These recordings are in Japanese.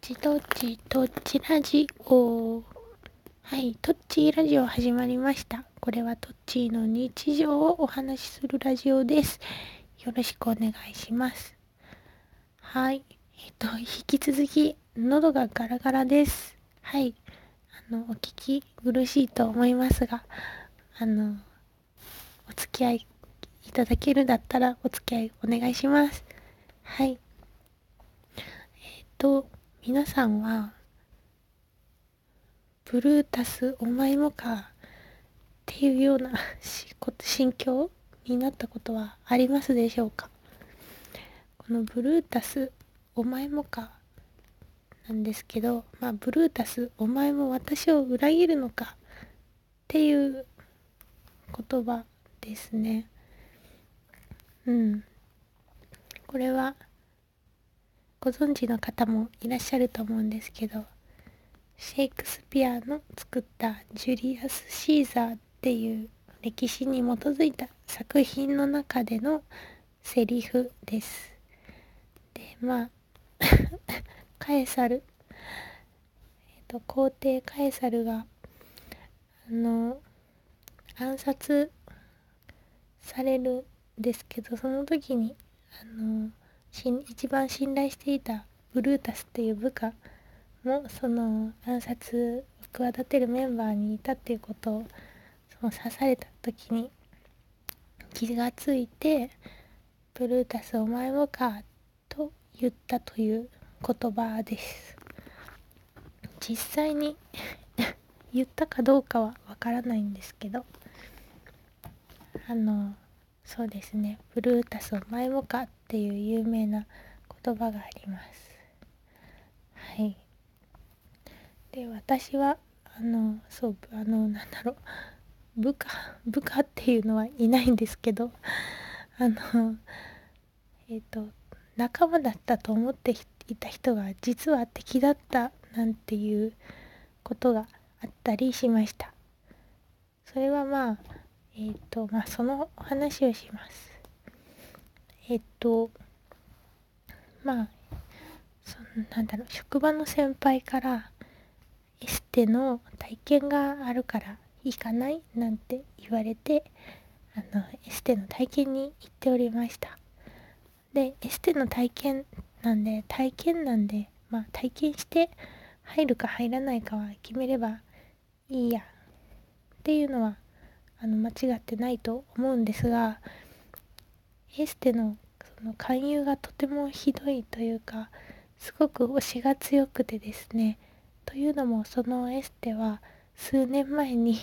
トッチラジオ。はい、トッチラジオ始まりました。これはトッチの日常をお話しするラジオです。よろしくお願いします。はい、引き続き喉がガラガラです。はい、お聞き苦しいと思いますが、お付き合いいただけるだったらお付き合いお願いします。はい、皆さんはブルータスお前もかっていうような心境になったことはありますでしょうか。このブルータスお前もかなんですけど、ブルータスお前も私を裏切るのかっていう言葉ですね。これはご存知の方もいらっしゃると思うんですけど、シェイクスピアの作ったジュリアス・シーザーっていう歴史に基づいた作品の中でのセリフです。で、カエサル、皇帝カエサルが暗殺されるんですけど、その時に一番信頼していたブルータスっていう部下もその暗殺を企てるメンバーにいたっていうことをその刺された時に気がついて、ブルータスお前もかと言ったという言葉です。実際に言ったかどうかはわからないんですけど、そうですね、ブルータスお前もかっていう有名な言葉があります。はい。で、私は部下っていうのはいないんですけど、仲間だったと思っていた人が実は敵だったなんていうことがあったりしました。それはその話をします。職場の先輩からエステの体験があるから行かないなんて言われて、エステの体験に行っておりました。で、エステの体験なんで、体験して入るか入らないかは決めればいいやっていうのは間違ってないと思うんですが、エステのその勧誘がとてもひどいというか、すごく推しが強くてですね。というのも、そのエステは数年前に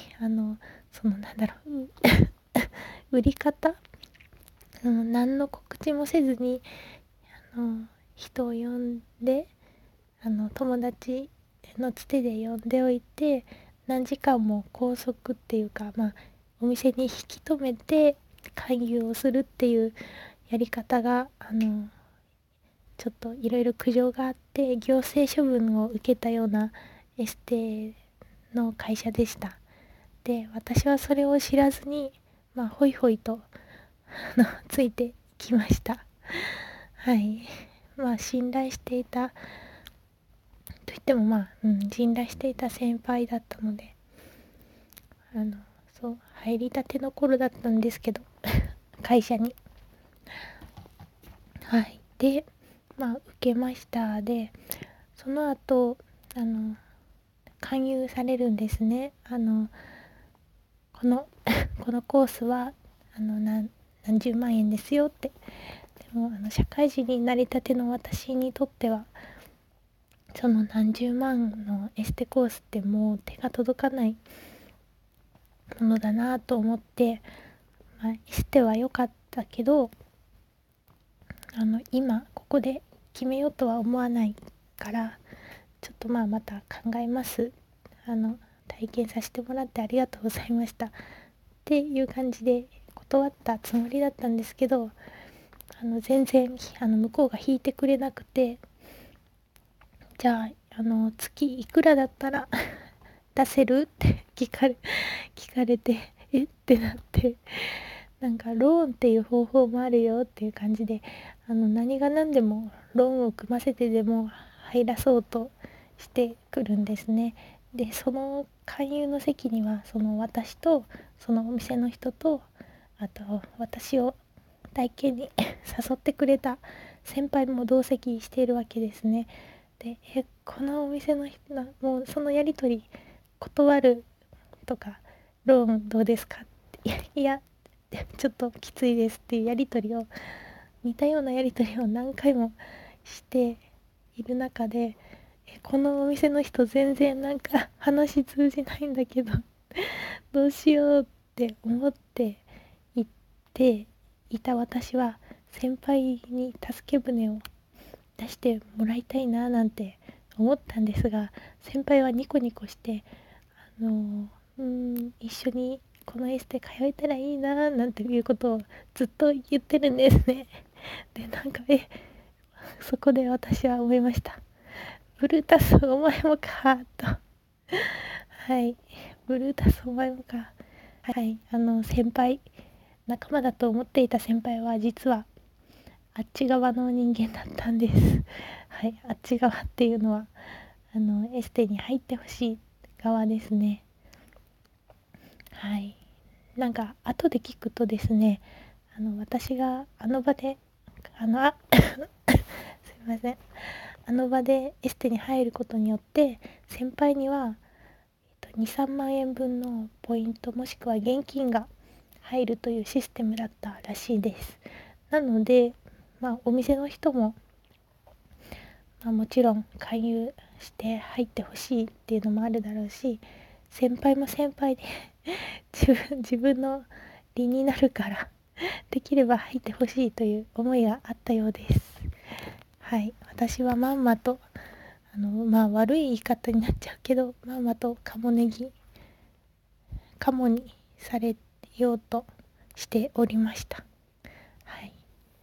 売り方、何の告知もせずに人を呼んで、友達のつてで呼んでおいて、何時間も拘束っていうか、お店に引き止めて勧誘をするっていうやり方がちょっといろいろ苦情があって行政処分を受けたようなエステの会社でした。で、私はそれを知らずにホイホイとついてきました。はい。信頼していたといっても信頼していた先輩だったので、入りたての頃だったんですけど会社に、はい。で、受けました。で、その後勧誘されるんですね。このこのコースは何十万円ですよって。でも社会人になりたての私にとっては、その何十万のエステコースってもう手が届かないものだなと思って、エステは良かったけど今ここで決めようとは思わないから、ちょっとまた考えます。体験させてもらってありがとうございましたっていう感じで断ったつもりだったんですけど、全然向こうが引いてくれなくて、じゃあ月いくらだったら出せるって聞かれて、えってなって、ローンっていう方法もあるよっていう感じで、何が何でもローンを組ませてでも入らそうとしてくるんですね。でその勧誘の席にはその私とそのお店の人と、あと私を体験に誘ってくれた先輩も同席しているわけですね。でこのお店の人もうそのやり取り断るとか、ローンどうですかって、いやちょっときついですっていうやり取りを、似たようなやり取りを何回もしている中で、このお店の人全然なんか話通じないんだけどどうしようって思って行っていた私は、先輩に助け舟を出してもらいたいななんて思ったんですが、先輩はニコニコして、あの一緒にこのエステ通えたらいいななんていうことをずっと言ってるんですね。でなんかそこで私は思いました。ブルータスお前もかと。はい、ブルータスお前もか。はい、先輩、仲間だと思っていた先輩は実はあっち側の人間だったんです。はい、あっち側っていうのはエステに入ってほしい側ですね。はい、なんか後で聞くとですね、私があの場で、すいません、あの場でエステに入ることによって先輩には、2、3万円分のポイントもしくは現金が入るというシステムだったらしいです。なので、お店の人も、もちろん勧誘して入ってほしいっていうのもあるだろうし、先輩も先輩で自分の利になるからできれば入ってほしいという思いがあったようです。はい、私はまんまと悪い言い方になっちゃうけど、まんまとカモにされようとしておりました。はい、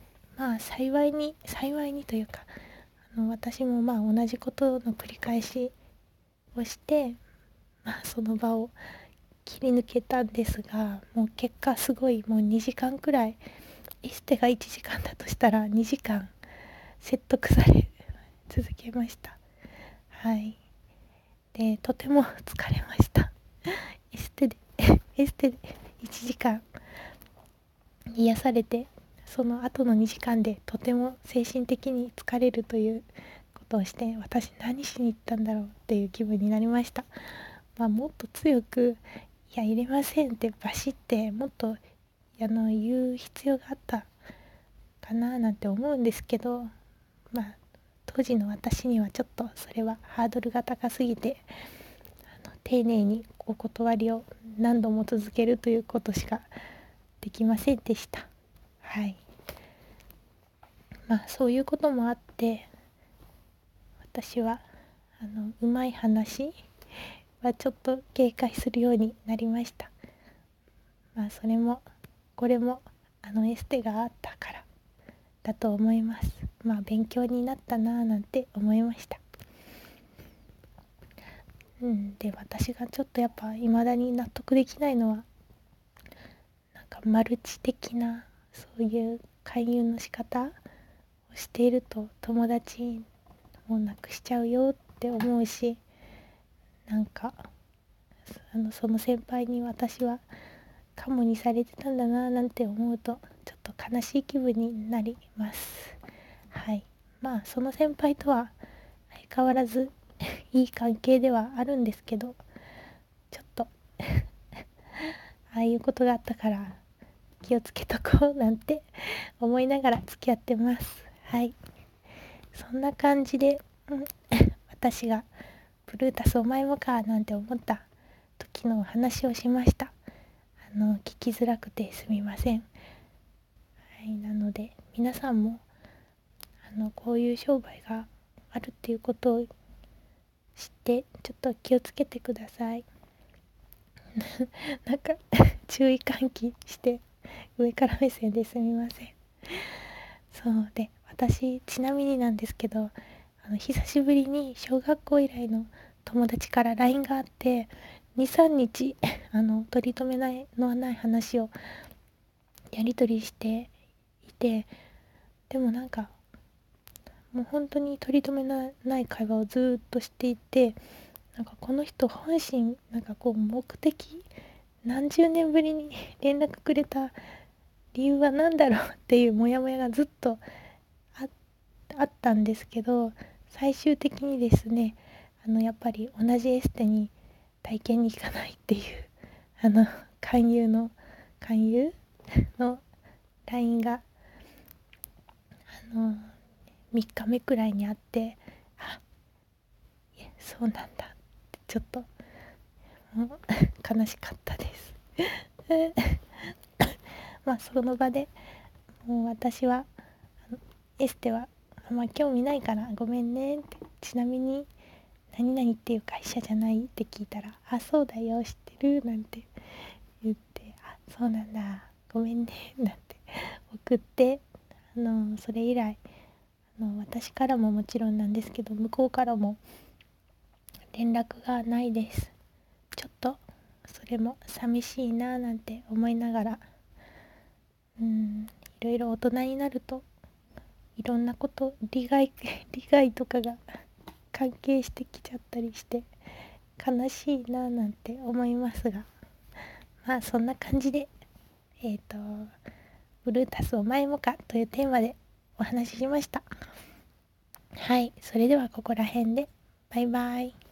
幸いにというか、私も同じことの繰り返しをして、その場を切り抜けたんですが、もう結果すごい、もう2時間くらい、エステが1時間だとしたら2時間説得され続けました。はい、でとても疲れました。エステで1時間癒されて、その後の2時間でとても精神的に疲れるということをして、私何しに行ったんだろうっていう気分になりました。もっと強くいや入れませんってバシってもっと言う必要があったかななんて思うんですけど、当時の私にはちょっとそれはハードルが高すぎて、丁寧にお断りを何度も続けるということしかできませんでした。はい、そういうこともあって、私はうまい話はちょっと警戒するようになりました。それもこれもエステがあったからだと思います。勉強になったなぁなんて思いました。で私がちょっとやっぱ未だに納得できないのは、なんかマルチ的なそういう勧誘の仕方をしていると友達もなくしちゃうよって思うし、なんかその先輩に私はカモにされてたんだななんて思うとちょっと悲しい気分になります。はい、その先輩とは相変わらずいい関係ではあるんですけど、ちょっとああいうことがあったから気をつけとこうなんて思いながら付き合ってます。はい、そんな感じで、私がブルータスお前もかなんて思った時のお話をしました。聞きづらくてすみません。はい、なので皆さんもこういう商売があるっていうことを知ってちょっと気をつけてください。なんか注意喚起して上から目線ですみません。そうで、私ちなみになんですけど、久しぶりに小学校以来の友達から LINE があって、2、3日取り留めないのはない話をやり取りしていて、でもなんかもう本当に取り留めのない会話をずっとしていて、なんかこの人本心、なんかこう目的、何十年ぶりに連絡くれた理由は何だろうっていうモヤモヤがずっとああったんですけど、最終的にですね、やっぱり同じエステに体験に行かないっていうあの勧誘の LINE が3日目くらいにあって、あ、いやそうなんだってちょっともう悲しかったですまあその場でもう私はエステはあんま興味ないからごめんねって、ちなみに何々っていう会社じゃないって聞いたら、あ、そうだよ知ってるなんて言って、あ、そうなんだごめんねなんて送って、それ以来私からももちろんなんですけど、向こうからも連絡がないです。ちょっとそれも寂しいななんて思いながら、いろいろ大人になるといろんなこと利害とかが関係してきちゃったりして悲しいななんて思いますが、まあそんな感じでブルータスを前もかというテーマでお話ししました。はい、それではここら辺でバイバイ。